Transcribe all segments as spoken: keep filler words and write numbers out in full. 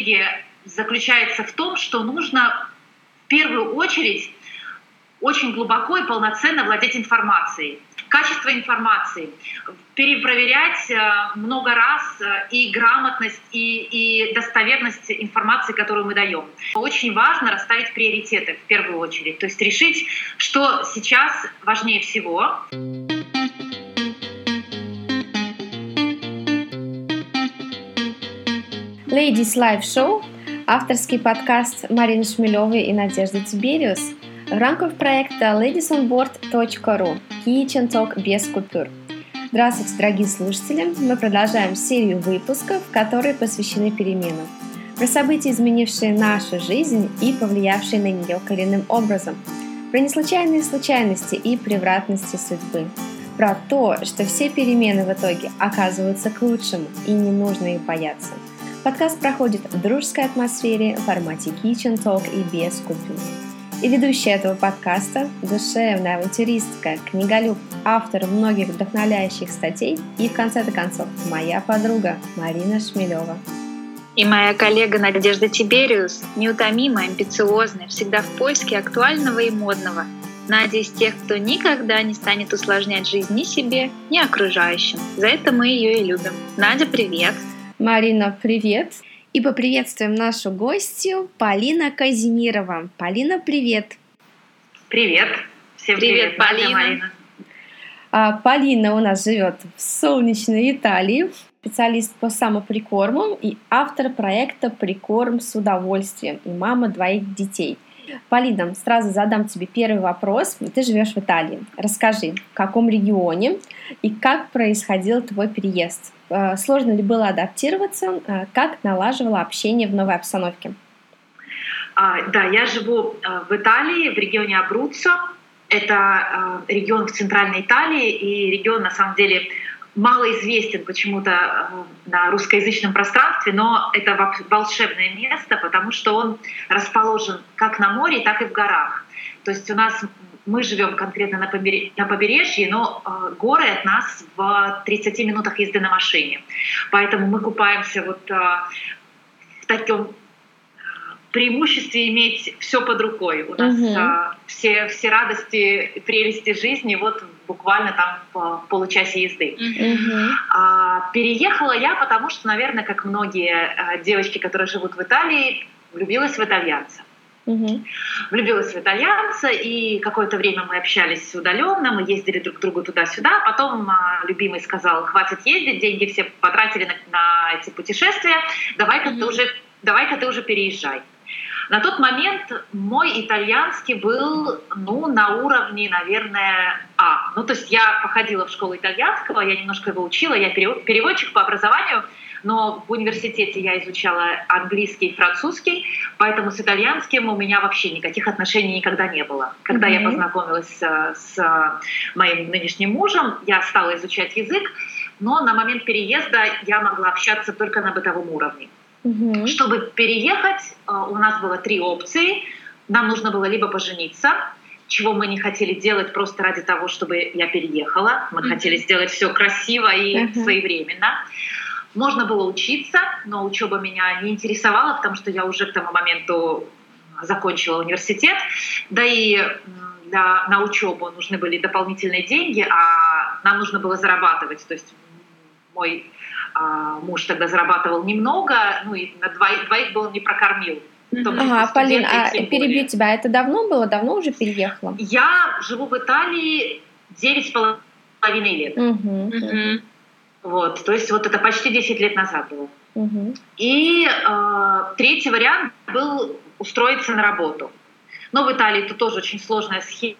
книги заключается в том, что нужно в первую очередь очень глубоко и полноценно владеть информацией. Качество информации, перепроверять много раз и грамотность, и, и достоверность информации, которую мы даем. Очень важно расставить приоритеты в первую очередь, то есть решить, что сейчас важнее всего. Ladies Live Show – авторский подкаст Марины Шмелевой и Надежды Тибериус в рамках проекта ladies on board точка ру Kitchen Talk без купюр. Здравствуйте, дорогие слушатели! Мы продолжаем серию выпусков, которые посвящены переменам. Про события, изменившие нашу жизнь и повлиявшие на нее коренным образом. Про неслучайные случайности и превратности судьбы. Про то, что все перемены в итоге оказываются к лучшему и не нужно их бояться. Подкаст проходит в дружеской атмосфере в формате Kitchen Talk и без купюр. И ведущая этого подкаста, душевная авантюристка, книголюб, автор многих вдохновляющих статей и, в конце-то концов, моя подруга Марина Шмелева. И моя коллега Надежда Тибериус, неутомимая, амбициозная, всегда в поиске актуального и модного. Надя из тех, кто никогда не станет усложнять жизнь ни себе, ни окружающим. За это мы ее и любим. Надя, привет! Марина, привет! И поприветствуем нашу гостью Полина Казимирова. Полина, привет! Привет! Всем привет, привет Полина! Марина. А, Полина у нас живет в солнечной Италии, специалист по самоприкормам и автор проекта «Прикорм с удовольствием» и мама двоих детей. Полина, сразу задам тебе первый вопрос. Ты живешь в Италии. Расскажи, в каком регионе и как происходил твой переезд? Сложно ли было адаптироваться? Как налаживала общение в новой обстановке? А, да, я живу в Италии, в регионе Абруццо. Это регион в центральной Италии, и регион, на самом деле, малоизвестен почему-то на русскоязычном пространстве, но это волшебное место, потому что он расположен как на море, так и в горах. То есть у нас мы живем конкретно на побережье, но горы от нас в тридцати минутах езды на машине. Поэтому мы купаемся вот в таком преимуществе иметь все под рукой. У нас угу. а, все, все радости и прелести жизни вот буквально там в получасе езды. Угу. А, переехала я, потому что, наверное, как многие а, девочки, которые живут в Италии, влюбилась в итальянца. Угу. Влюбилась в итальянца, и какое-то время мы общались удаленно, мы ездили друг к другу туда-сюда. Потом а, любимый сказал: хватит ездить, деньги все потратили на, на эти путешествия, давай-ка угу. ты уже, давай-ка ты уже переезжай. На тот момент мой итальянский был, ну, на уровне, наверное, А. Ну, то есть я походила в школу итальянского, я немножко его учила, я переводчик по образованию, но в университете я изучала английский и французский, поэтому с итальянским у меня вообще никаких отношений никогда не было. Когда mm-hmm. я познакомилась с моим нынешним мужем, я стала изучать язык, но на момент переезда я могла общаться только на бытовом уровне. Угу. Чтобы переехать, у нас было три опции. Нам нужно было либо пожениться, чего мы не хотели делать просто ради того, чтобы я переехала. Мы угу. хотели сделать все красиво и угу. своевременно. Можно было учиться, но учеба меня не интересовала, потому что я уже к тому моменту закончила университет. Да и для, на учебу нужны были дополнительные деньги, а нам нужно было зарабатывать. То есть мой муж тогда зарабатывал немного, ну и на двоих, двоих бы он не прокормил. Ага, Полин, а перебью тебя, это давно было? Давно уже переехала? Я живу в Италии девять с половиной лет. Угу. Угу. Вот, то есть вот это почти десять лет назад было. Угу. И э, третий вариант был устроиться на работу. Но в Италии это тоже очень сложная схема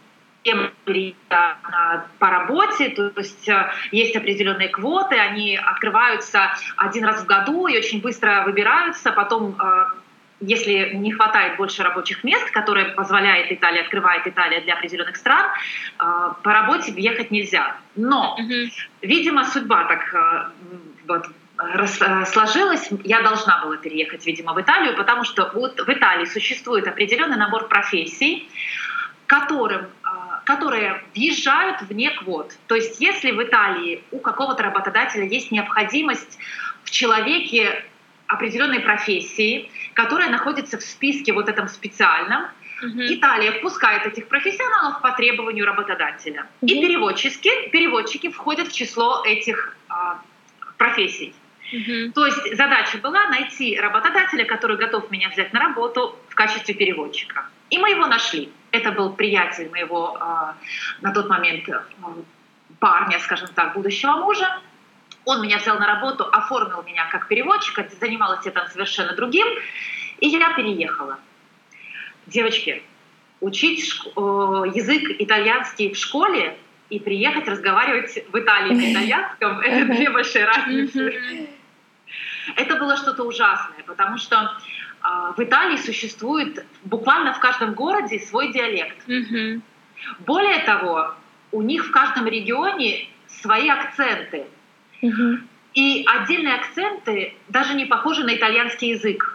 по работе, то есть есть определенные квоты, они открываются один раз в году и очень быстро выбираются. Потом, если не хватает больше рабочих мест, которые позволяет Италия, открывает Италия для определенных стран, по работе ехать нельзя. Но, mm-hmm. видимо, судьба так вот сложилась, я должна была переехать, видимо, в Италию, потому что вот в Италии существует определенный набор профессий, которым, которые въезжают вне квот. То есть если в Италии у какого-то работодателя есть необходимость в человеке определенной профессии, которая находится в списке вот этом специальном. Uh-huh. Италия впускает этих профессионалов по требованию работодателя. Uh-huh. И переводчики, переводчики входят в число этих а, профессий. Uh-huh. То есть задача была найти работодателя, который готов меня взять на работу в качестве переводчика. И мы его нашли. Это был приятель моего а, на тот момент а, парня, скажем так, будущего мужа. Он меня взял на работу, оформил меня как переводчика, занималась я там совершенно другим, и я переехала. Девочки, учить шк- язык итальянский в школе и приехать разговаривать в Италии на итальянском — это две большие разницы. Это было что-то ужасное, потому что э, в Италии существует буквально в каждом городе свой диалект. Более того, у них в каждом регионе свои акценты. И отдельные акценты даже не похожи на итальянский язык.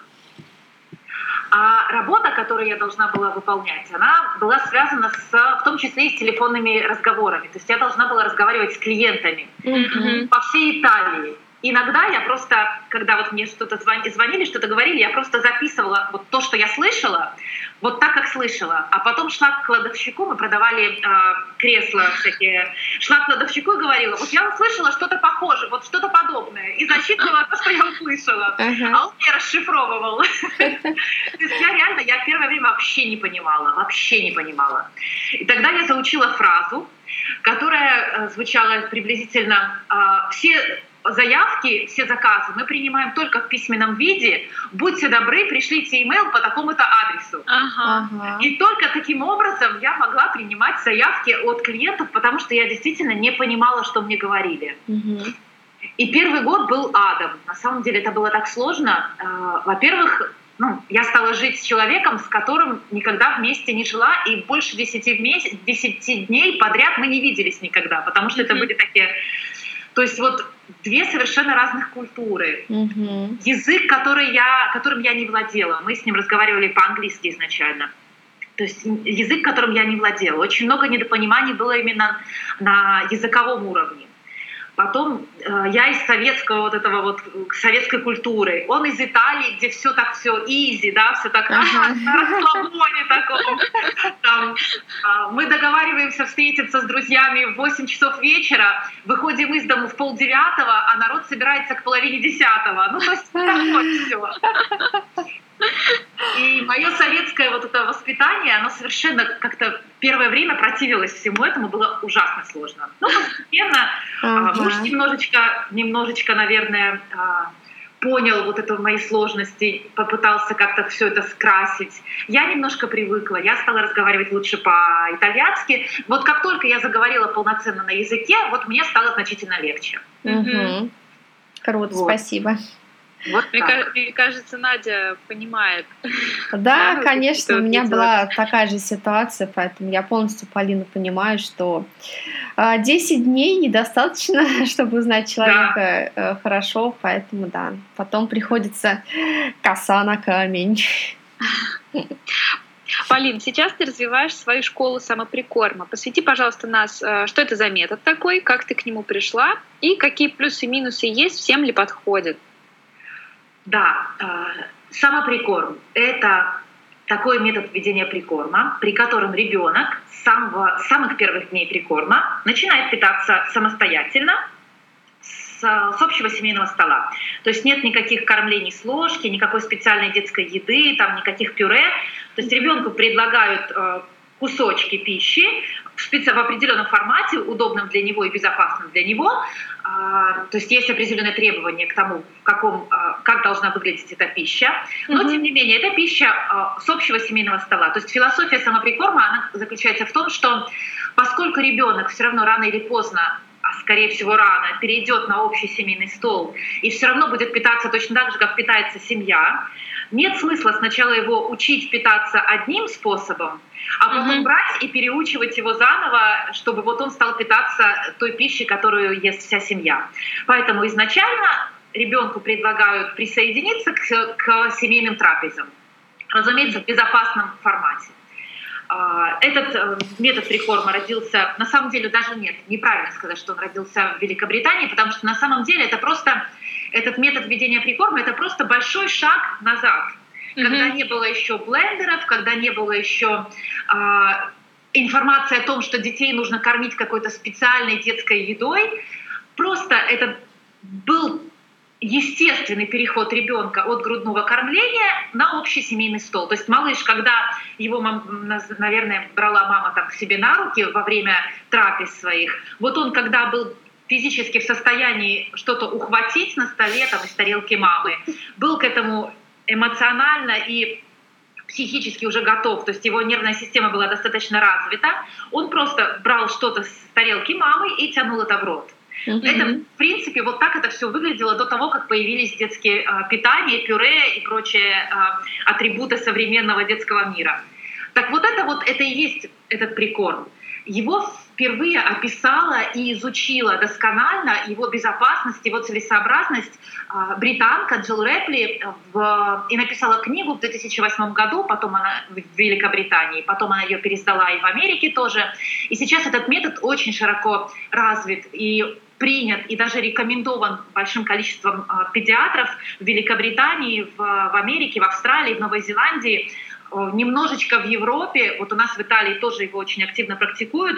А работа, которую я должна была выполнять, она была связана с, в том числе и с телефонными разговорами. То есть я должна была разговаривать с клиентами mm-hmm. по всей Италии. Иногда я просто, когда вот мне что-то звонили, что-то говорили, я просто записывала вот то, что я слышала, вот так, как слышала. А потом шла к кладовщику, мы продавали э, кресла всякие, шла к кладовщику и говорила, вот я услышала что-то похожее, вот что-то подобное, и зачитывала то, что я услышала. Uh-huh. А он мне расшифровывал. То есть я реально, я первое время вообще не понимала, вообще не понимала. И тогда я заучила фразу, которая звучала приблизительно «все заявки, все заказы мы принимаем только в письменном виде. Будьте добры, пришлите имейл по такому-то адресу». Ага. И только таким образом я могла принимать заявки от клиентов, потому что я действительно не понимала, что мне говорили. Угу. И первый год был адом. На самом деле это было так сложно. Во-первых, ну, я стала жить с человеком, с которым никогда вместе не жила, и больше десяти, месяц, десяти дней подряд мы не виделись никогда, потому что это были такие... То есть вот две совершенно разных культуры. Mm-hmm. Язык, который я, которым я не владела. Мы с ним разговаривали по-английски изначально. То есть язык, которым я не владела. Очень много недопониманий было именно на языковом уровне. Потом э, я из советского вот этого вот советской культуры. Он из Италии, где все так все изи, да, все так uh-huh. на расслабоне таком. Там, э, мы договариваемся встретиться с друзьями в восемь часов вечера, выходим из дома в полдевятого, а народ собирается к половине десятого. Ну, то есть такое все. И мое советское вот это воспитание, оно совершенно как-то первое время противилось всему этому, было ужасно сложно. Ну, постепенно uh-huh. муж немножечко, немножечко, наверное, понял вот это мои сложности, попытался как-то все это скрасить. Я немножко привыкла, я стала разговаривать лучше по-итальянски. Вот как только я заговорила полноценно на языке, вот мне стало значительно легче. Uh-huh. Круто, вот. Спасибо. Вот мне, мне кажется, Надя понимает. Да, конечно, у меня была такая же ситуация, поэтому я полностью Полину понимаю, что десять дней недостаточно, чтобы узнать человека да. хорошо, поэтому да, потом приходится коса на камень. Полин, сейчас ты развиваешь свою школу самоприкорма. Посвяти, пожалуйста, нас, что это за метод такой, как ты к нему пришла и какие плюсы и минусы есть, всем ли подходит. Да, э, самоприкорм — это такой метод введения прикорма, при котором ребенок с, самого, с самых первых дней прикорма начинает питаться самостоятельно с, с общего семейного стола. То есть нет никаких кормлений с ложки, никакой специальной детской еды, там никаких пюре. То есть ребенку предлагают э, кусочки пищи в, специ... в определенном формате, удобном для него и безопасном для него. То есть есть определенные требования к тому, в каком, как должна выглядеть эта пища. Но, mm-hmm. тем не менее, это пища с общего семейного стола. То есть философия самоприкорма она заключается в том, что поскольку ребенок все равно рано или поздно, а скорее всего рано, перейдет на общий семейный стол и все равно будет питаться точно так же, как питается семья, нет смысла сначала его учить питаться одним способом, а потом mm-hmm. брать и переучивать его заново, чтобы вот он стал питаться той пищей, которую ест вся семья. Поэтому изначально ребенку предлагают присоединиться к, к семейным трапезам, разумеется, в безопасном формате. Этот метод прикорма родился, на самом деле даже нет, неправильно сказать, что он родился в Великобритании, потому что на самом деле это просто, этот метод введения прикорма, это просто большой шаг назад. Mm-hmm. Когда не было еще блендеров, когда не было еще а, информации о том, что детей нужно кормить какой-то специальной детской едой, просто это был естественный переход ребенка от грудного кормления на общий семейный стол. То есть малыш, когда его, наверное, брала мама там к себе на руки во время трапез своих, вот он, когда был физически в состоянии что-то ухватить на столе там, из тарелки мамы, был к этому эмоционально и психически уже готов, то есть его нервная система была достаточно развита, он просто брал что-то с тарелки мамы и тянул это в рот. Mm-hmm. Это, в принципе, вот так это все выглядело до того, как появились детские э, питания, пюре и прочие э, атрибуты современного детского мира. Так вот это вот это и есть этот прикорм. Его впервые описала и изучила досконально его безопасность, его целесообразность э, британка Джилл Репли в, и написала книгу в две тысячи восьмом году, потом она в Великобритании, потом она ее пересдала и в Америке тоже. И сейчас этот метод очень широко развит и принят и даже рекомендован большим количеством э, педиатров в Великобритании, в, в Америке, в Австралии, в Новой Зеландии, э, немножечко в Европе. Вот у нас в Италии тоже его очень активно практикуют.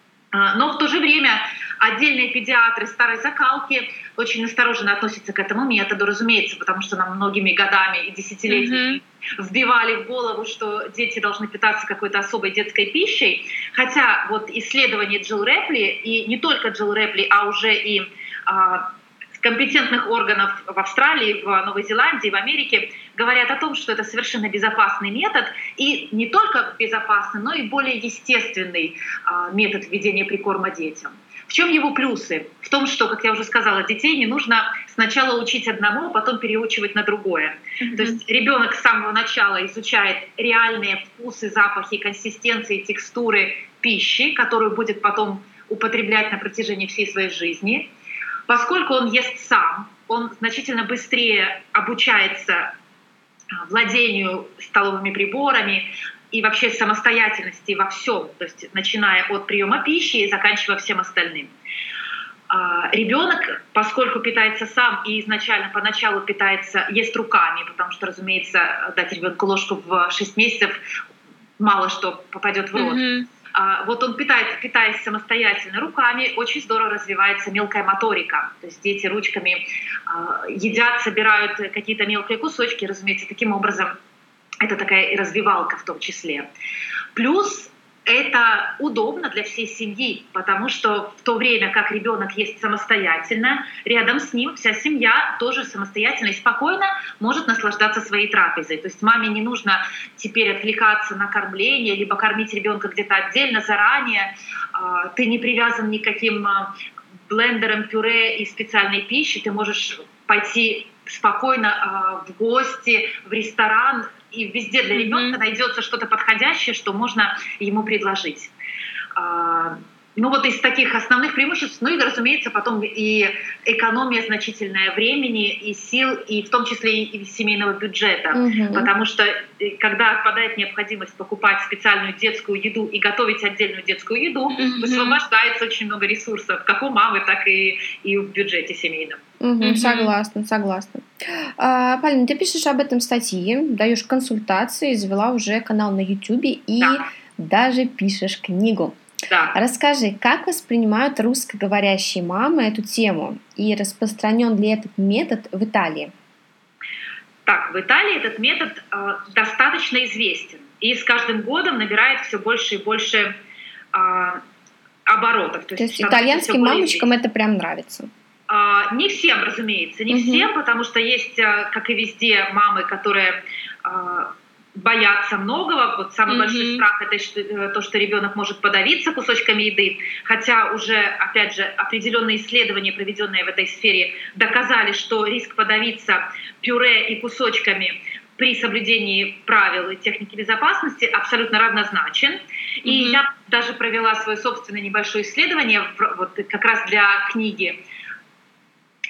Э, но в то же время отдельные педиатры старой закалки очень осторожно относятся к этому методу, разумеется, потому что нам многими годами и десятилетиями mm-hmm. вбивали в голову, что дети должны питаться какой-то особой детской пищей. Хотя вот исследования Джилл Репли, и не только Джилл Репли, а уже и а, компетентных органов в Австралии, в Новой Зеландии, в Америке говорят о том, что это совершенно безопасный метод, и не только безопасный, но и более естественный а, метод введения прикорма детям. В чем его плюсы? В том, что, как я уже сказала, детей не нужно сначала учить одному, а потом переучивать на другое. Mm-hmm. То есть ребенок с самого начала изучает реальные вкусы, запахи, консистенции, текстуры пищи, которую будет потом употреблять на протяжении всей своей жизни. Поскольку он ест сам, он значительно быстрее обучается владению столовыми приборами, и вообще самостоятельности во всем, то есть начиная от приема пищи и заканчивая всем остальным. А, ребенок, поскольку питается сам и изначально поначалу питается, ест руками, потому что, разумеется, дать ребенку ложку в шесть месяцев мало что попадет в рот. Mm-hmm. А, вот он питается, питаясь самостоятельно руками, очень здорово развивается мелкая моторика. То есть дети ручками а, едят, собирают какие-то мелкие кусочки, разумеется, таким образом это такая и развивалка в том числе. Плюс это удобно для всей семьи, потому что в то время, как ребенок ест самостоятельно, рядом с ним вся семья тоже самостоятельно и спокойно может наслаждаться своей трапезой. То есть маме не нужно теперь отвлекаться на кормление, либо кормить ребенка где-то отдельно заранее. Ты не привязан ни к каким блендерам, пюре и специальной пищи. Ты можешь пойти спокойно в гости, в ресторан, и везде для ребенка mm-hmm. найдется что-то подходящее, что можно ему предложить. Ну вот из таких основных преимуществ, ну и, разумеется, потом и экономия значительная времени и сил, и в том числе и семейного бюджета. Mm-hmm. Потому что когда отпадает необходимость покупать специальную детскую еду и готовить отдельную детскую еду, mm-hmm. высвобождается очень много ресурсов, как у мамы, так и, и в бюджете семейном. Угу, mm-hmm. Согласна, согласна. А, Полина, ты пишешь об этом статьи, даешь консультации, завела уже канал на Ютубе и да. даже пишешь книгу. Да. Расскажи, как воспринимают русскоговорящие мамы эту тему и распространен ли этот метод в Италии? Так, в Италии этот метод э, достаточно известен и с каждым годом набирает все больше и больше э, оборотов. То, То есть итальянским мамочкам это прям нравится? Uh, не всем, разумеется, не uh-huh. всем, потому что есть, uh, как и везде, мамы, которые uh, боятся многого. Вот самый uh-huh. большой страх — это что, то, что ребенок может подавиться кусочками еды. Хотя уже, опять же, определенные исследования, проведенные в этой сфере, доказали, что риск подавиться пюре и кусочками при соблюдении правил и техники безопасности абсолютно равнозначен. Uh-huh. И я даже провела свое собственное небольшое исследование вот, как раз для книги.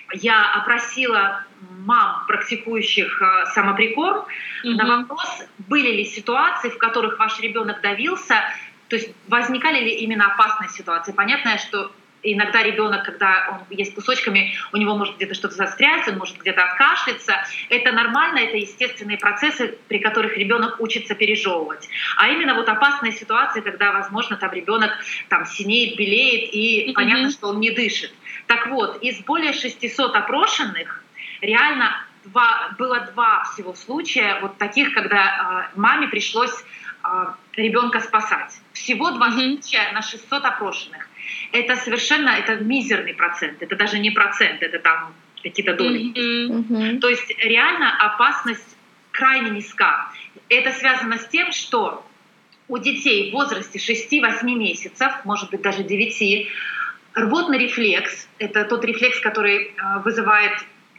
я опросила мам, практикующих самоприкорм, mm-hmm. на вопрос, были ли ситуации, в которых ваш ребенок давился, то есть возникали ли именно опасные ситуации. Понятно, что иногда ребенок, когда он ест кусочками, у него может где-то что-то застрять, он может где-то откашляться. Это нормально, это естественные процессы, при которых ребенок учится пережевывать. А именно вот опасные ситуации, когда, возможно, там ребенок там синеет, белеет, и mm-hmm. понятно, что он не дышит. Так вот, из более шестисот опрошенных реально два, было два всего случая вот таких, когда э, маме пришлось э, ребенка спасать. Всего два mm-hmm. случая на шестьсот опрошенных. Это совершенно, это мизерный процент, это даже не процент, это там какие-то доли. Mm-hmm. То есть реально опасность крайне низка. Это связано с тем, что у детей в возрасте шести-восьми месяцев, может быть даже девяти, рвотный рефлекс, это тот рефлекс, который вызывает,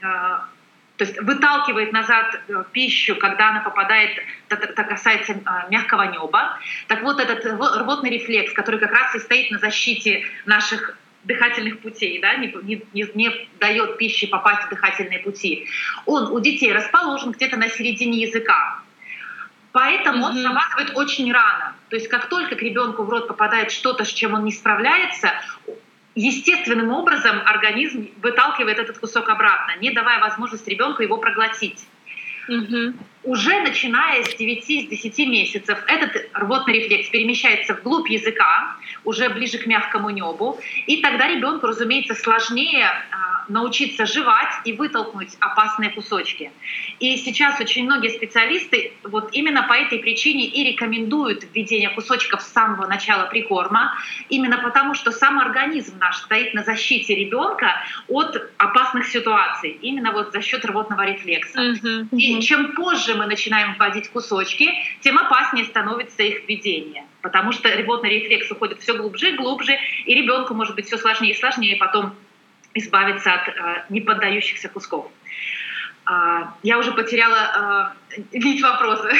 то есть выталкивает назад пищу, когда она попадает, это касается мягкого неба. Так вот, этот рвотный рефлекс, который как раз и стоит на защите наших дыхательных путей, да, не, не, не дает пище попасть в дыхательные пути, он у детей расположен где-то на середине языка. Поэтому mm-hmm. он срабатывает очень рано. То есть как только к ребенку в рот попадает что-то, с чем он не справляется, естественным образом организм выталкивает этот кусок обратно, не давая возможности ребенку его проглотить. Mm-hmm. Уже начиная с девяти-десяти месяцев этот рвотный рефлекс перемещается вглубь языка, уже ближе к мягкому небу, и тогда ребенку, разумеется, сложнее а, научиться жевать и вытолкнуть опасные кусочки. И сейчас очень многие специалисты вот именно по этой причине и рекомендуют введение кусочков с самого начала прикорма, именно потому что сам организм наш стоит на защите ребенка от опасных ситуаций, именно вот за счет рвотного рефлекса. Mm-hmm. И чем позже мы начинаем вводить кусочки, тем опаснее становится их введение. Потому что рвотный рефлекс уходит все глубже и глубже, и ребенку может быть все сложнее и сложнее потом избавиться от э, неподдающихся кусков. Э, я уже потеряла э, нить вопроса.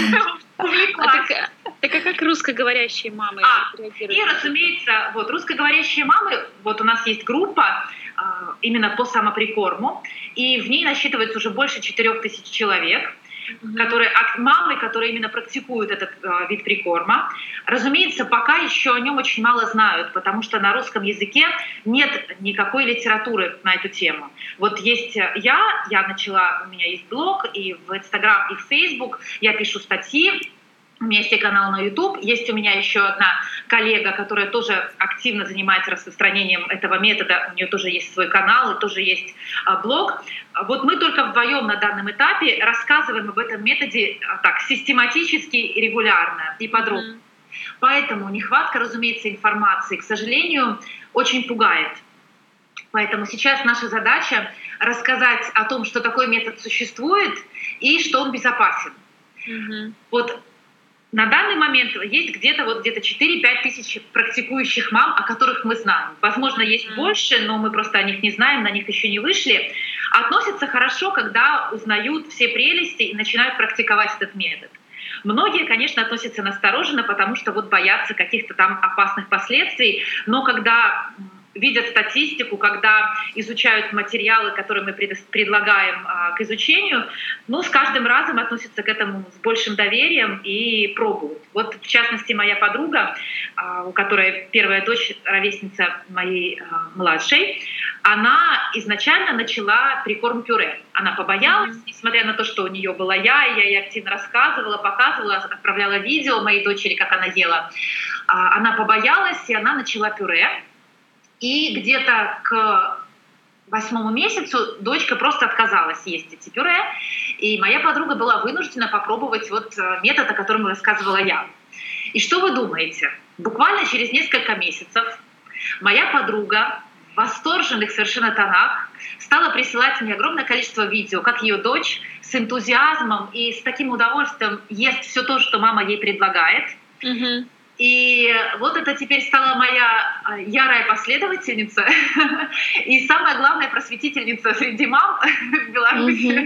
Так а как русскоговорящие мамы реагируют? И, разумеется, вот русскоговорящие мамы, вот у нас есть группа именно по самоприкорму, и в ней насчитывается уже больше четырех тысяч человек, mm-hmm. которые, мамы, которые именно практикуют этот э, вид прикорма. Разумеется, пока еще о нем очень мало знают, потому что на русском языке нет никакой литературы на эту тему. Вот есть я, я начала, у меня есть блог, и в Инстаграм, и в Фейсбук я пишу статьи. У меня есть и канал на YouTube, есть у меня еще одна коллега, которая тоже активно занимается распространением этого метода, у нее тоже есть свой канал и тоже есть а, блог. Вот мы только вдвоем на данном этапе рассказываем об этом методе а, так систематически, регулярно и подробно. Mm-hmm. Поэтому нехватка, разумеется, информации, к сожалению, очень пугает. Поэтому сейчас наша задача рассказать о том, что такой метод существует и что он безопасен. Mm-hmm. Вот на данный момент есть где-то вот где-то четыре-пять тысяч практикующих мам, о которых мы знаем. Возможно, есть mm. больше, но мы просто о них не знаем, на них еще не вышли. Относятся хорошо, когда узнают все прелести и начинают практиковать этот метод. Многие, конечно, относятся настороженно, потому что вот боятся каких-то там опасных последствий, но когда видят статистику, когда изучают материалы, которые мы предлагаем а, к изучению, ну, с каждым разом относятся к этому с большим доверием и пробуют. Вот, в частности, моя подруга, а, у которой первая дочь, ровесница моей а, младшей, она изначально начала прикорм-пюре. Она побоялась, mm-hmm. несмотря на то, что у нее была я, и я ей активно рассказывала, показывала, отправляла видео моей дочери, как она ела. А, она побоялась, и она начала пюре. И где-то к восьмому месяцу дочка просто отказалась есть эти пюре. И моя подруга была вынуждена попробовать вот метод, о котором рассказывала я. И что вы думаете? Буквально через несколько месяцев моя подруга в восторженных совершенно тонах стала присылать мне огромное количество видео, как ее дочь с энтузиазмом и с таким удовольствием ест все то, что мама ей предлагает. Mm-hmm. И вот это теперь стала моя ярая последовательница и самая главная просветительница среди мам в Беларуси.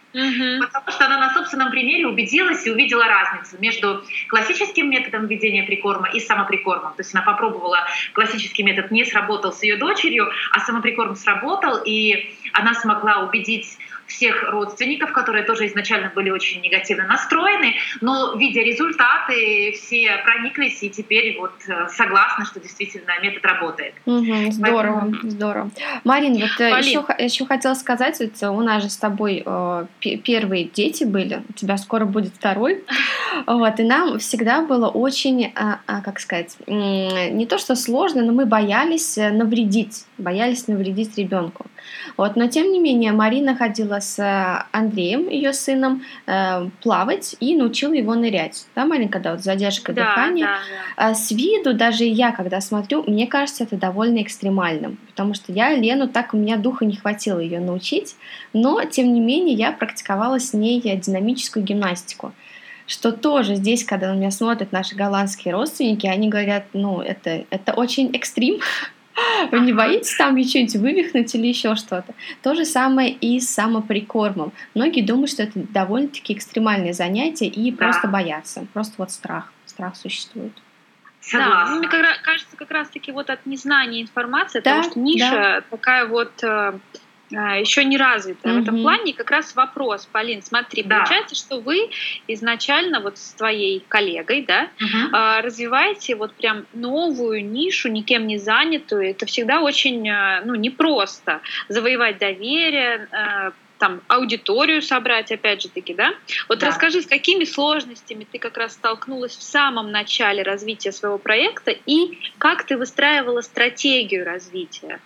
Угу. Потому что она на собственном примере убедилась и увидела разницу между классическим методом введения прикорма и самоприкормом. То есть она попробовала, классический метод не сработал с ее дочерью, а самоприкорм сработал, и она смогла убедить всех родственников, которые тоже изначально были очень негативно настроены, но, видя результаты, все прониклись и теперь вот согласны, что действительно метод работает. Угу, здорово, Поэтому... здорово. Марин, вот Полин. еще, еще хотела сказать, вот у нас же с тобой э, первые дети были, у тебя скоро будет второй, вот, и нам всегда было очень, а, а, как сказать, не то что сложно, но мы боялись навредить, боялись навредить ребенку. Вот, но тем не менее Марина ходила с Андреем, ее сыном, э, плавать и научила его нырять. Да, Марин, когда вот задержка да, дыхания. Да, да. А с виду, даже я, когда смотрю, мне кажется, это довольно экстремальным, потому что я Лену, так у меня духа не хватило ее научить, но, тем не менее, я практиковала с ней динамическую гимнастику. Что тоже здесь, когда на меня смотрят наши голландские родственники, они говорят, ну, это, это очень экстрим. Вы не боитесь там что-нибудь вывихнуть или еще что-то? То же самое и с самоприкормом. Многие думают, что это довольно-таки экстремальное занятие и да. просто боятся. Просто вот страх. Страх существует. Да, ну, мне как, кажется, как раз-таки вот от незнания информации, да, потому что ниша да. такая вот э, еще не развитая. Mm-hmm. В этом плане как раз вопрос, Полин, смотри, да. получается, что вы изначально вот с твоей коллегой, да, mm-hmm. э, развиваете вот прям новую нишу, никем не занятую. Это всегда очень, э, ну, непросто завоевать доверие, э, там, аудиторию собрать, опять же таки, да? Вот да. расскажи, с какими сложностями ты как раз столкнулась в самом начале развития своего проекта и как ты выстраивала стратегию развития?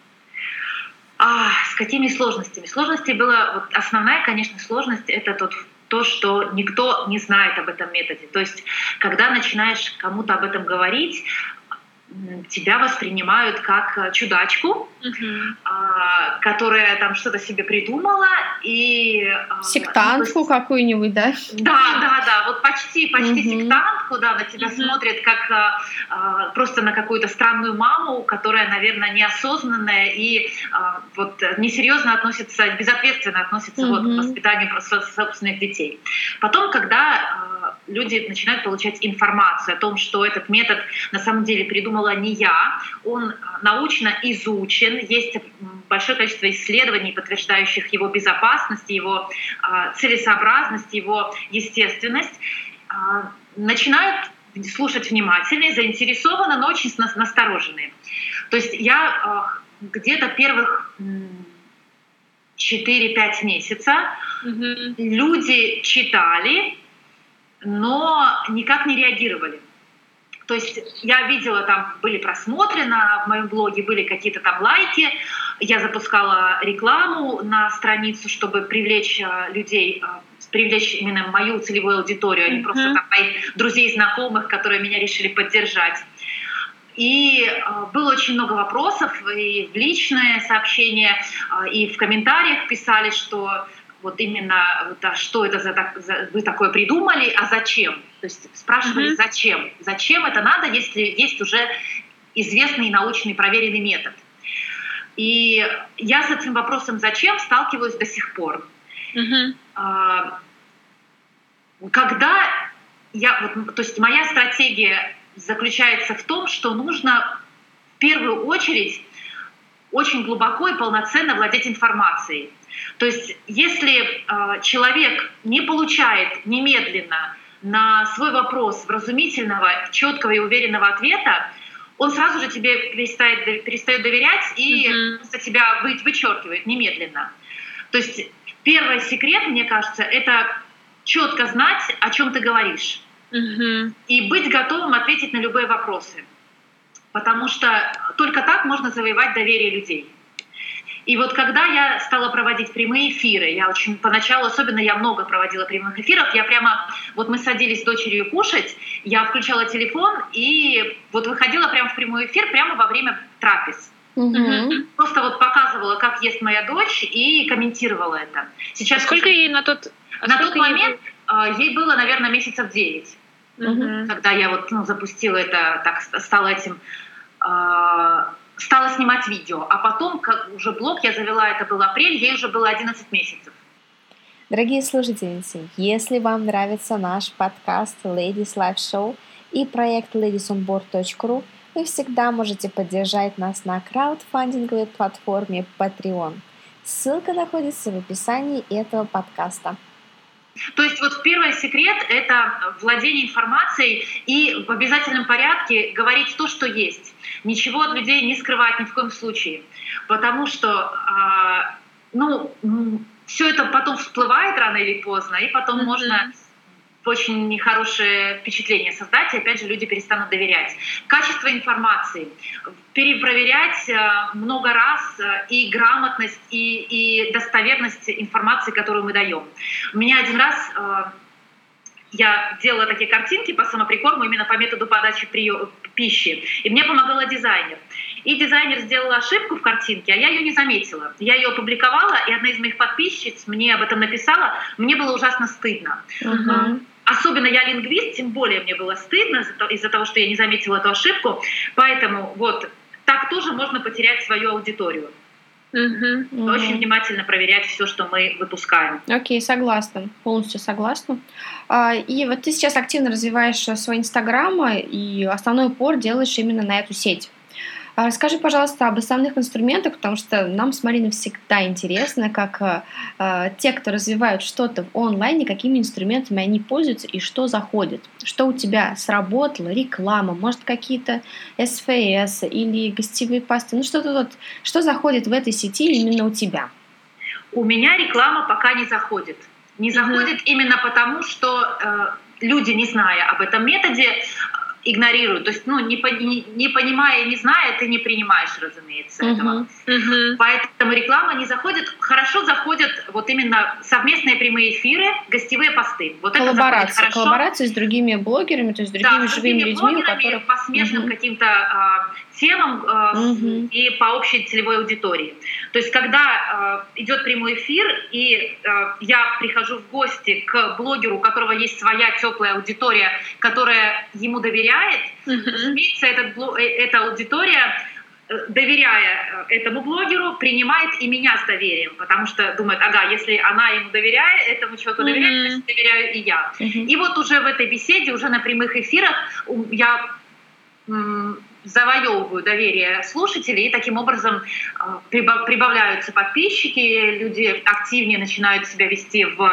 А, с какими сложностями? Сложностей была, вот основная, конечно, сложность — это тот, то, что никто не знает об этом методе. То есть, когда начинаешь кому-то об этом говорить, тебя воспринимают как чудачку, uh-huh. а, которая там что-то себе придумала и сектантку ну, есть... какую-нибудь, да? Да, да, да, вот почти, почти uh-huh. сектантку, да, на тебя uh-huh. смотрят как а, просто на какую-то странную маму, которая, наверное, неосознанная и а, вот несерьезно относится, безответственно относится uh-huh. вот, к воспитанию собственных детей. Потом, когда а, люди начинают получать информацию о том, что этот метод на самом деле придумал не я, он научно изучен, есть большое количество исследований, подтверждающих его безопасность, его целесообразность, его естественность, начинают слушать внимательнее, заинтересованно, но очень настороженные. То есть я где-то первых четыре-пять месяцев mm-hmm. люди читали, но никак не реагировали. То есть я видела, там были просмотры на в моем блоге, были какие-то там лайки, я запускала рекламу на страницу, чтобы привлечь людей, привлечь именно мою целевую аудиторию, а не mm-hmm. просто там моих друзей, знакомых, которые меня решили поддержать. И было очень много вопросов, и в личные сообщения, и в комментариях писали, что вот именно вот, а что это за, за вы такое придумали, а зачем? То есть спрашивали, mm-hmm. зачем? Зачем это надо, если есть уже известный научный проверенный метод? И я с этим вопросом «зачем» сталкиваюсь до сих пор. Mm-hmm. Когда я, вот, то есть моя стратегия заключается в том, что нужно в первую очередь очень глубоко и полноценно владеть информацией. То есть если э, человек не получает немедленно на свой вопрос вразумительного, четкого и уверенного ответа, он сразу же тебе перестает, перестает доверять и mm-hmm. просто тебя вы, вычеркивает немедленно. То есть первый секрет, мне кажется, это четко знать, о чем ты говоришь, mm-hmm. и быть готовым ответить на любые вопросы. Потому что только так можно завоевать доверие людей. И вот когда я стала проводить прямые эфиры, я очень поначалу, особенно я много проводила прямых эфиров, я прямо, вот мы садились с дочерью кушать, я включала телефон и вот выходила прямо в прямой эфир прямо во время трапез. Mm-hmm. Просто вот показывала, как ест моя дочь, и комментировала это. Сейчас сколько ей на тот, а на тот момент ей... ей было, наверное, месяцев девять. Mm-hmm. Когда я вот ну, запустила это, так стала этим... стала снимать видео, а потом, как уже блог я завела, это был апрель, ей уже было одиннадцать месяцев. Дорогие слушательницы, если вам нравится наш подкаст Ladies Live Show и проект ladies on board точка ру, вы всегда можете поддержать нас на краудфандинговой платформе Patreon. Ссылка находится в описании этого подкаста. То есть вот первый секрет — это владение информацией и в обязательном порядке говорить то, что есть. Ничего от людей не скрывать ни в коем случае. Потому что э, ну, все это потом всплывает рано или поздно, и потом mm-hmm. можно очень нехорошее впечатление создать, и опять же люди перестанут доверять. Качество информации. Перепроверять много раз и грамотность, и, и достоверность информации, которую мы даем. У меня один раз я делала такие картинки по самоприкорму именно по методу подачи прием, пищи, и мне помогала дизайнер. И дизайнер сделала ошибку в картинке, а я ее не заметила. Я ее опубликовала, и одна из моих подписчиц мне об этом написала. Мне было ужасно стыдно. Uh-huh. Особенно я лингвист, тем более мне было стыдно из-за того, что я не заметила эту ошибку. Поэтому вот так тоже можно потерять свою аудиторию. Uh-huh. Uh-huh. Очень внимательно проверять все, что мы выпускаем. Окей, okay, согласна, полностью согласна. И вот ты сейчас активно развиваешь свой Инстаграм, и основной упор делаешь именно на эту сеть. Расскажи, пожалуйста, об основных инструментах, потому что нам с Мариной всегда интересно, как э, те, кто развивают что-то в онлайне, какими инструментами они пользуются и что заходит. Что у тебя сработало, реклама, может, какие-то эс эф эс или гостевые посты, ну что-то вот, что заходит в этой сети именно у тебя? У меня реклама пока не заходит. Не заходит mm-hmm. именно потому, что э, люди, не зная об этом методе, игнорируют. То есть, ну, не, не, не понимая и не зная, ты не принимаешь, разумеется, uh-huh. этого. Uh-huh. Поэтому реклама не заходит. Хорошо заходят вот именно совместные прямые эфиры, гостевые посты. Вот это заходит хорошо. Коллаборация с другими блогерами, то есть с другими да, живыми людьми, у которых... по смежным uh-huh. каким-то а, темам а, uh-huh. и по общей целевой аудитории. То есть, когда а, идет прямой эфир, и а, я прихожу в гости к блогеру, у которого есть своя теплая аудитория, которая ему доверяет, Uh-huh. разумеется, этот, эта аудитория, доверяя этому блогеру, принимает и меня с доверием, потому что думает, ага, если она ему доверяет, этому человеку uh-huh. доверяет, значит, доверяю и я. Uh-huh. И вот уже в этой беседе, уже на прямых эфирах я м, завоевываю доверие слушателей, и таким образом прибавляются подписчики, люди активнее начинают себя вести в...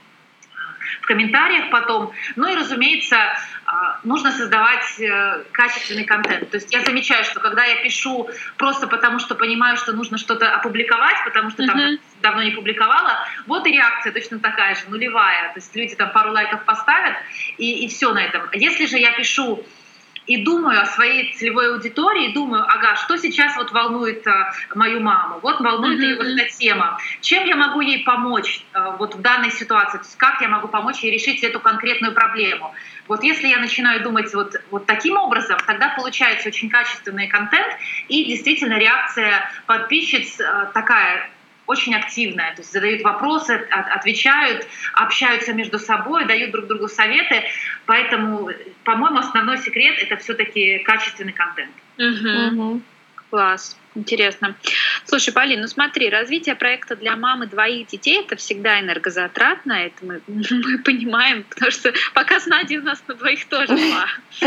в комментариях потом. Ну и, разумеется, нужно создавать качественный контент. То есть я замечаю, что когда я пишу просто потому, что понимаю, что нужно что-то опубликовать, потому что там uh-huh. давно не публиковала, вот и реакция точно такая же, нулевая. То есть люди там пару лайков поставят, и, и все на этом. Если же я пишу и думаю о своей целевой аудитории, думаю, ага, что сейчас вот волнует а, мою маму, вот волнует mm-hmm. ее вот эта тема, чем я могу ей помочь а, вот в данной ситуации, то есть как я могу помочь ей решить эту конкретную проблему. Вот если я начинаю думать вот, вот таким образом, тогда получается очень качественный контент, и действительно реакция подписчиц а, такая очень активная, то есть задают вопросы, отвечают, общаются между собой, дают друг другу советы. Поэтому, по-моему, основной секрет — это все-таки качественный контент. Угу. Угу. Класс, интересно. Слушай, Полин, ну смотри, развитие проекта для мамы двоих детей — это всегда энергозатратно, это мы, мы понимаем, потому что пока с Надей у нас на двоих тоже два.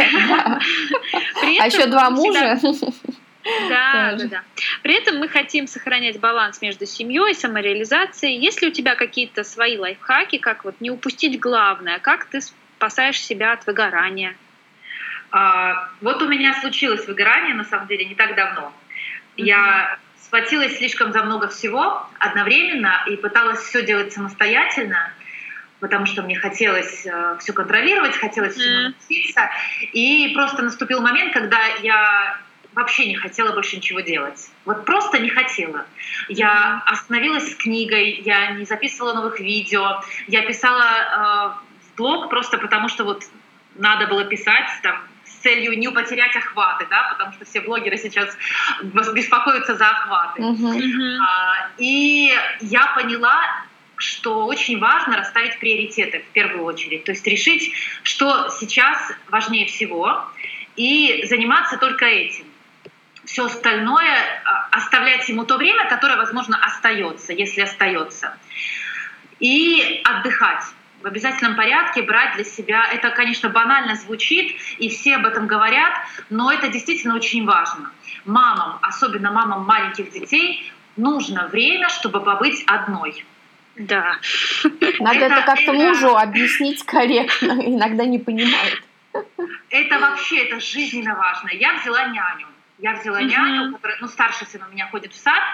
А еще два мужа? Да, да, да. При этом мы хотим сохранять баланс между семьей и самореализацией. Есть ли у тебя какие-то свои лайфхаки, как вот не упустить главное, как ты спасаешь себя от выгорания? А, вот у меня случилось выгорание, на самом деле, не так давно. Mm-hmm. Я схватилась слишком за много всего одновременно и пыталась все делать самостоятельно, потому что мне хотелось э, все контролировать, хотелось mm-hmm. всему научиться. И просто наступил момент, когда я вообще не хотела больше ничего делать. Вот просто не хотела. Я остановилась с книгой, я не записывала новых видео, я писала э, в блог просто потому, что вот надо было писать там, с целью не потерять охваты, да, потому что все блогеры сейчас беспокоятся за охваты. Uh-huh. А, и я поняла, что очень важно расставить приоритеты в первую очередь, то есть решить, что сейчас важнее всего, и заниматься только этим. Все остальное оставлять ему то время, которое, возможно, остается, если остается. и отдыхать. В обязательном порядке брать для себя. Это, конечно, банально звучит, и все об этом говорят, но это действительно очень важно. Мамам, особенно мамам маленьких детей, нужно время, чтобы побыть одной. Да. Надо это, это как-то это... мужу объяснить корректно, иногда не понимает. Это вообще, это жизненно важно. Я взяла няню. Я взяла mm-hmm. няню, которая, ну, старший сын у меня ходит в сад,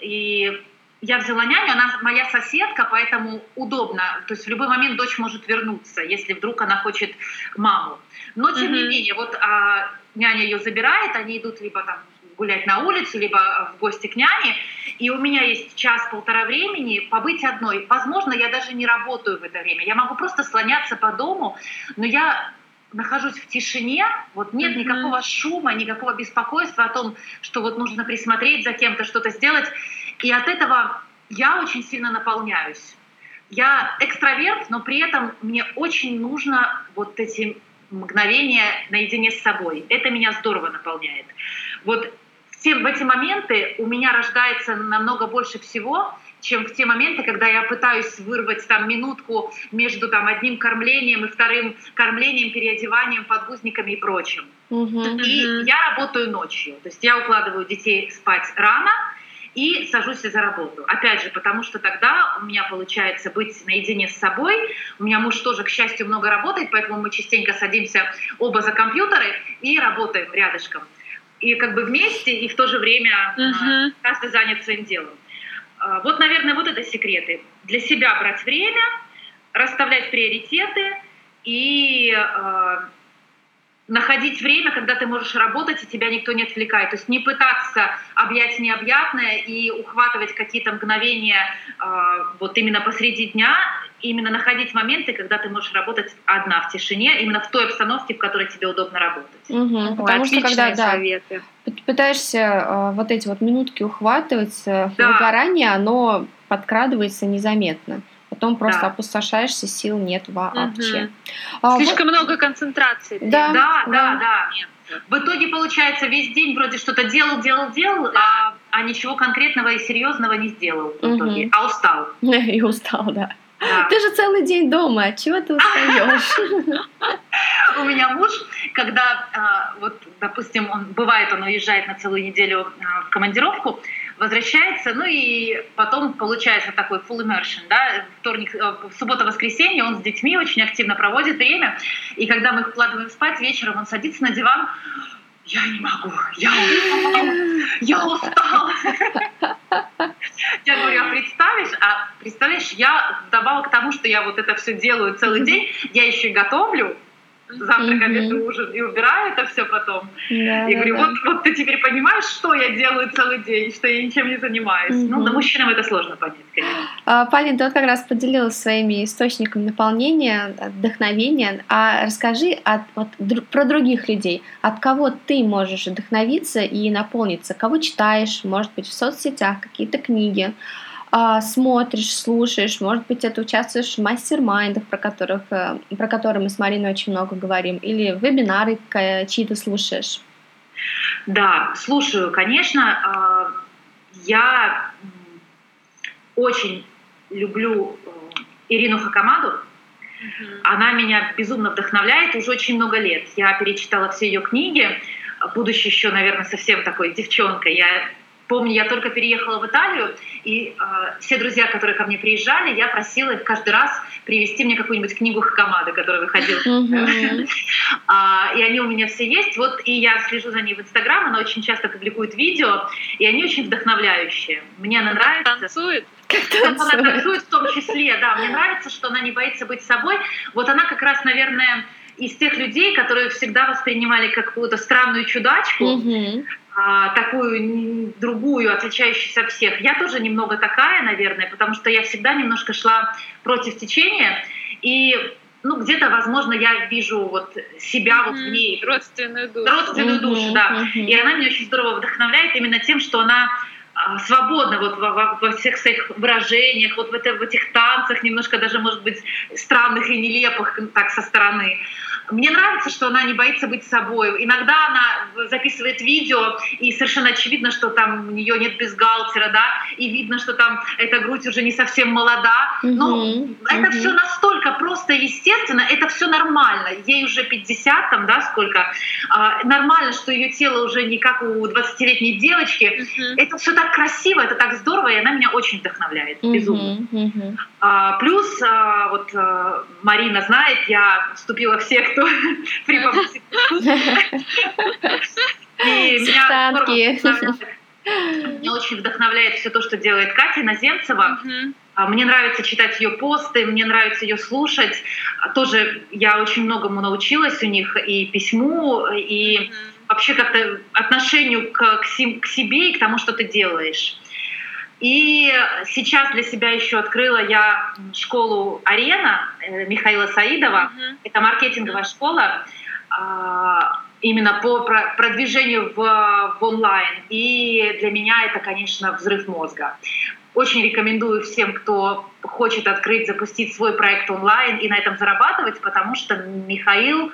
и я взяла няню, она моя соседка, поэтому удобно. То есть в любой момент дочь может вернуться, если вдруг она хочет маму. Но тем mm-hmm. не менее, вот а, няня ее забирает, они идут либо там гулять на улицу, либо в гости к няне, и у меня есть час-полтора времени побыть одной. Возможно, я даже не работаю в это время, я могу просто слоняться по дому, но я нахожусь в тишине, вот нет mm-hmm. никакого шума, никакого беспокойства о том, что вот нужно присмотреть за кем-то, что-то сделать, и от этого я очень сильно наполняюсь. Я экстраверт, но при этом мне очень нужно вот эти мгновения наедине с собой. Это меня здорово наполняет. Вот в, те, в эти моменты у меня рождается намного больше всего, чем в те моменты, когда я пытаюсь вырвать там минутку между там одним кормлением и вторым кормлением, переодеванием, подгузниками и прочим. Uh-huh. И я работаю ночью. То есть я укладываю детей спать рано и сажусь за работу. Опять же, потому что тогда у меня получается быть наедине с собой. У меня муж тоже, к счастью, много работает, поэтому мы частенько садимся оба за компьютеры и работаем рядышком. И как бы вместе, и в то же время uh-huh. каждый занят своим делом. Вот, наверное, вот это секреты. Для себя брать время, расставлять приоритеты и э, находить время, когда ты можешь работать, и тебя никто не отвлекает. То есть не пытаться объять необъятное и ухватывать какие-то мгновения э, вот именно посреди дня, именно находить моменты, когда ты можешь работать одна в тишине, именно в той обстановке, в которой тебе удобно работать. Угу, потому что когда да, пытаешься э, вот эти вот минутки ухватывать, э, да. выгорание, оно подкрадывается незаметно. Потом просто да. опустошаешься, сил нет вообще. Угу. Слишком вот... много концентрации. Да, да, да. да. Нет. В итоге, получается, весь день вроде что-то делал, делал, делал, да. а, а ничего конкретного и серьезного не сделал в итоге, угу. а устал. И устал, да. Да. Ты же целый день дома, от чего ты устаешь? У меня муж, когда, вот, допустим, он бывает, он уезжает на целую неделю в командировку, возвращается, ну и потом получается такой full immersion, да, вторник, суббота-воскресенье, он с детьми очень активно проводит время, и когда мы их укладываем спать, вечером он садится на диван, я не могу, я устал, я устал. Я говорю, а представишь, а представляешь, я вдобавок к тому, что я вот это все делаю целый день, я еще и готовлю, завтрак, обед и ужин, и убираю это все потом. Да, и да, говорю, да. Вот, вот ты теперь понимаешь, что я делаю целый день, что я ничем не занимаюсь. Mm-hmm. Ну, да, мужчинам это сложно понять, конечно. А, Полин, ты вот как раз поделилась своими источниками наполнения, вдохновения. А расскажи от, вот, дру, про других людей. От кого ты можешь вдохновиться и наполниться? Кого читаешь, может быть, в соцсетях, какие-то книги? Смотришь, слушаешь, может быть, это участвуешь в мастер-майндах, про, которых, про которые мы с Мариной очень много говорим, или вебинары чьи-то слушаешь? Да, слушаю, конечно. Я очень люблю Ирину Хакамаду. Mm-hmm. Она меня безумно вдохновляет уже очень много лет. Я перечитала все ее книги, будучи еще, наверное, совсем такой девчонкой. Я помню, я только переехала в Италию, и э, все друзья, которые ко мне приезжали, я просила их каждый раз привезти мне какую-нибудь книгу Хакамады, которая выходила. Mm-hmm. а, и они у меня все есть. Вот, и я слежу за ней в Инстаграм, она очень часто публикует видео, и они очень вдохновляющие. Мне она нравится. Танцует? Она танцует в том числе, да. Мне нравится, что она не боится быть собой. Вот она как раз, наверное, из тех людей, которые всегда воспринимали как какую-то странную чудачку, mm-hmm. а, такую другую, отличающуюся от всех. Я тоже немного такая, наверное, потому что я всегда немножко шла против течения, и ну, где-то, возможно, я вижу вот себя mm-hmm. вот в ней. Родственную душу. Родственную mm-hmm. душу, да. Mm-hmm. И она меня очень здорово вдохновляет именно тем, что она свободно вот во, во, во всех своих выражениях, вот в, это, в этих танцах, немножко даже, может быть, странных и нелепых так со стороны. Мне нравится, что она не боится быть собой. Иногда она записывает видео, и совершенно очевидно, что там у нее нет бюстгальтера, да, и видно, что там эта грудь уже не совсем молода. Но mm-hmm. это mm-hmm. все настолько просто и естественно, это все нормально. Ей уже пятьдесят, там, да, сколько. А, нормально, что ее тело уже не как у двадцатилетней девочки. Mm-hmm. Это все так красиво, это так здорово, и она меня очень вдохновляет, mm-hmm. безумно. Mm-hmm. А, плюс, а, вот а, Марина знает, я вступила в секту при помощи. И меня очень вдохновляет все то, что делает Катя Иноземцева. Мне нравится читать ее посты, мне нравится ее слушать. Тоже я очень многому научилась у них, и письму, и вообще как-то отношению к, к себе и к тому, что ты делаешь. И сейчас для себя еще открыла я школу «Арена» Михаила Саидова. Mm-hmm. Это маркетинговая mm-hmm. школа именно по продвижению в, в онлайн. И для меня это, конечно, взрыв мозга. Очень рекомендую всем, кто хочет открыть, запустить свой проект онлайн и на этом зарабатывать, потому что Михаил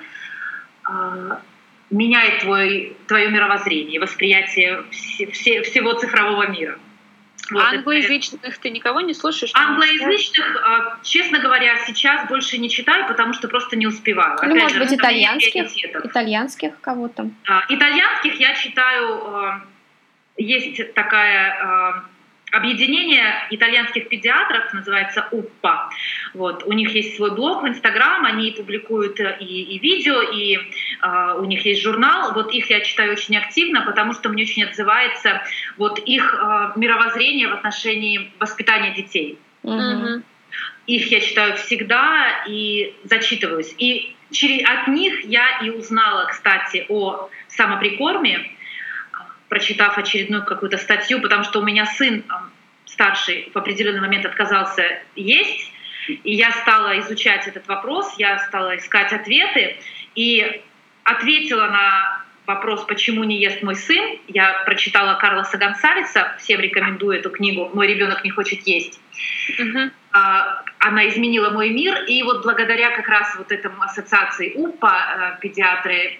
меняет твой, твое мировоззрение, восприятие все, все, всего цифрового мира. Вот англоязычных это... ты никого не слушаешь? Англоязычных, честно говоря, сейчас больше не читаю, потому что просто не успеваю. Ну, Опять может же, быть, итальянских, итальянских кого-то? Итальянских я читаю, есть такая... Объединение итальянских педиатров называется УППА. Вот. У них есть свой блог в Инстаграм, они публикуют и, и видео, и э, у них есть журнал. Вот их я читаю очень активно, потому что мне очень отзывается вот их э, мировоззрение в отношении воспитания детей. Mm-hmm. Их я читаю всегда и зачитываюсь. И через, от них я и узнала, кстати, о самоприкорме, прочитав очередную какую-то статью, потому что у меня сын старший в определенный момент отказался есть, и я стала изучать этот вопрос, я стала искать ответы, и ответила на вопрос, почему не ест мой сын. Я прочитала Карлоса Гонсалеса, всем рекомендую эту книгу «Мой ребенок не хочет есть». Uh-huh. Она изменила мой мир, и вот благодаря как раз вот этому ассоциации УППА, педиатры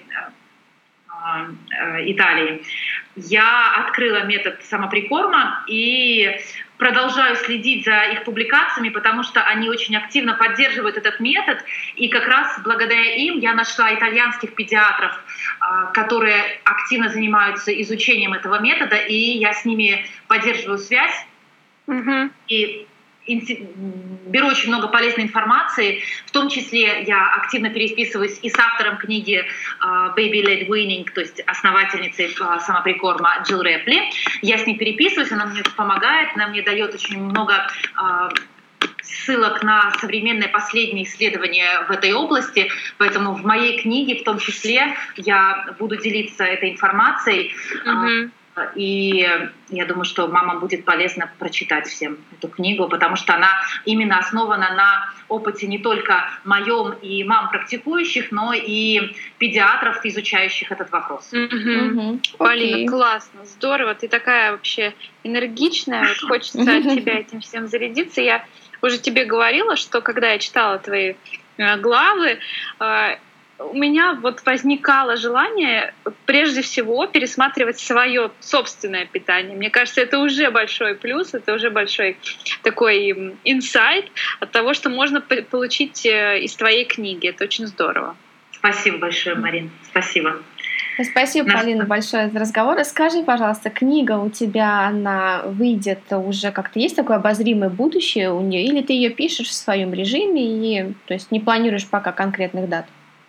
Италии, я открыла метод самоприкорма и продолжаю следить за их публикациями, потому что они очень активно поддерживают этот метод, и как раз благодаря им я нашла итальянских педиатров, которые активно занимаются изучением этого метода, и я с ними поддерживаю связь. Mm-hmm. И беру очень много полезной информации, в том числе я активно переписываюсь и с автором книги Baby-led Weaning, то есть основательницей самоприкорма Джилл Репли. Я с ней переписываюсь, она мне помогает, она мне дает очень много ссылок на современные последние исследования в этой области, поэтому в моей книге в том числе я буду делиться этой информацией. Mm-hmm. И я думаю, что мамам будет полезно прочитать всем эту книгу, потому что она именно основана на опыте не только моем и мам практикующих, но и педиатров, изучающих этот вопрос. Mm-hmm. Mm-hmm. Полина, okay. Классно, здорово, ты такая вообще энергичная, вот хочется от тебя этим всем зарядиться. Я уже тебе говорила, что когда я читала твои главы, у меня вот возникало желание прежде всего пересматривать свое собственное питание. Мне кажется, это уже большой плюс, это уже большой такой инсайт от того, что можно получить из твоей книги. Это очень здорово. Спасибо большое, Марин. Спасибо. Спасибо, Нас... Полина, большое за разговор. Скажи, пожалуйста, книга у тебя, она выйдет уже как-то, есть такое обозримое будущее у нее, или ты ее пишешь в своем режиме, и, то есть не планируешь пока конкретных дат?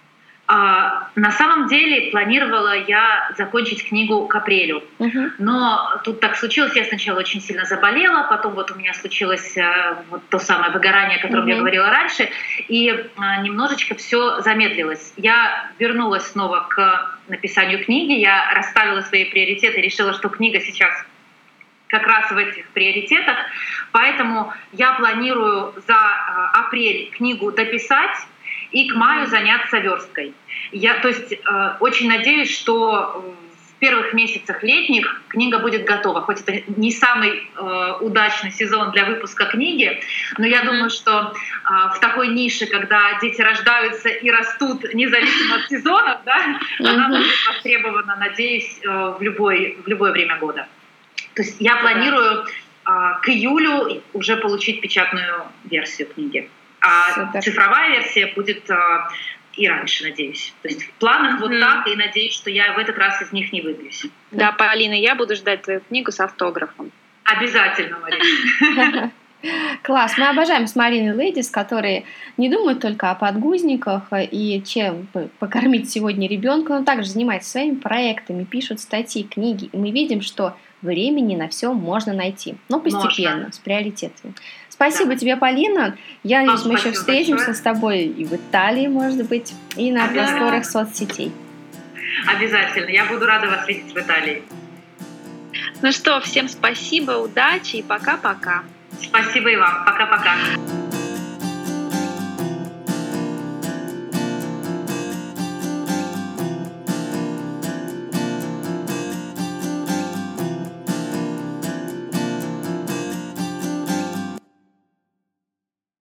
А, на самом деле планировала я закончить книгу к апрелю, uh-huh. но тут так случилось, я сначала очень сильно заболела, потом вот у меня случилось а, вот то самое выгорание, о котором uh-huh. я говорила раньше, и а, немножечко все замедлилось. Я вернулась снова к написанию книги, я расставила свои приоритеты, решила, что книга сейчас как раз в этих приоритетах, поэтому я планирую за а, апрель книгу дописать, и к маю заняться версткой. Я, то есть, э, очень надеюсь, что в первых месяцах летних книга будет готова. Хоть это не самый э, удачный сезон для выпуска книги, но я mm-hmm. думаю, что э, в такой нише, когда дети рождаются и растут независимо от сезонов, да, mm-hmm. она будет востребована, надеюсь, э, в, любой, в любое время года. То есть я планирую э, к июлю уже получить печатную версию книги. А Супер. Цифровая версия будет э, и раньше, надеюсь. То есть в планах mm-hmm. вот так, и надеюсь, что я в этот раз из них не выбьюсь. Да, Полина, я буду ждать твою книгу с автографом. Обязательно, Марина. Класс. Мы обожаем с Мариной лейдис, которые не думают только о подгузниках и чем покормить сегодня ребенка, но также занимаются своими проектами, пишут статьи, книги. И мы видим, что времени на все можно найти, но постепенно, можно. С приоритетами. Спасибо да. тебе, Полина. Я надеюсь, мы еще встретимся большое. С тобой и в Италии, может быть, и на просторах соцсетей. Обязательно. Я буду рада вас видеть в Италии. Ну что, всем спасибо, удачи и пока-пока. Спасибо и вам. Пока-пока.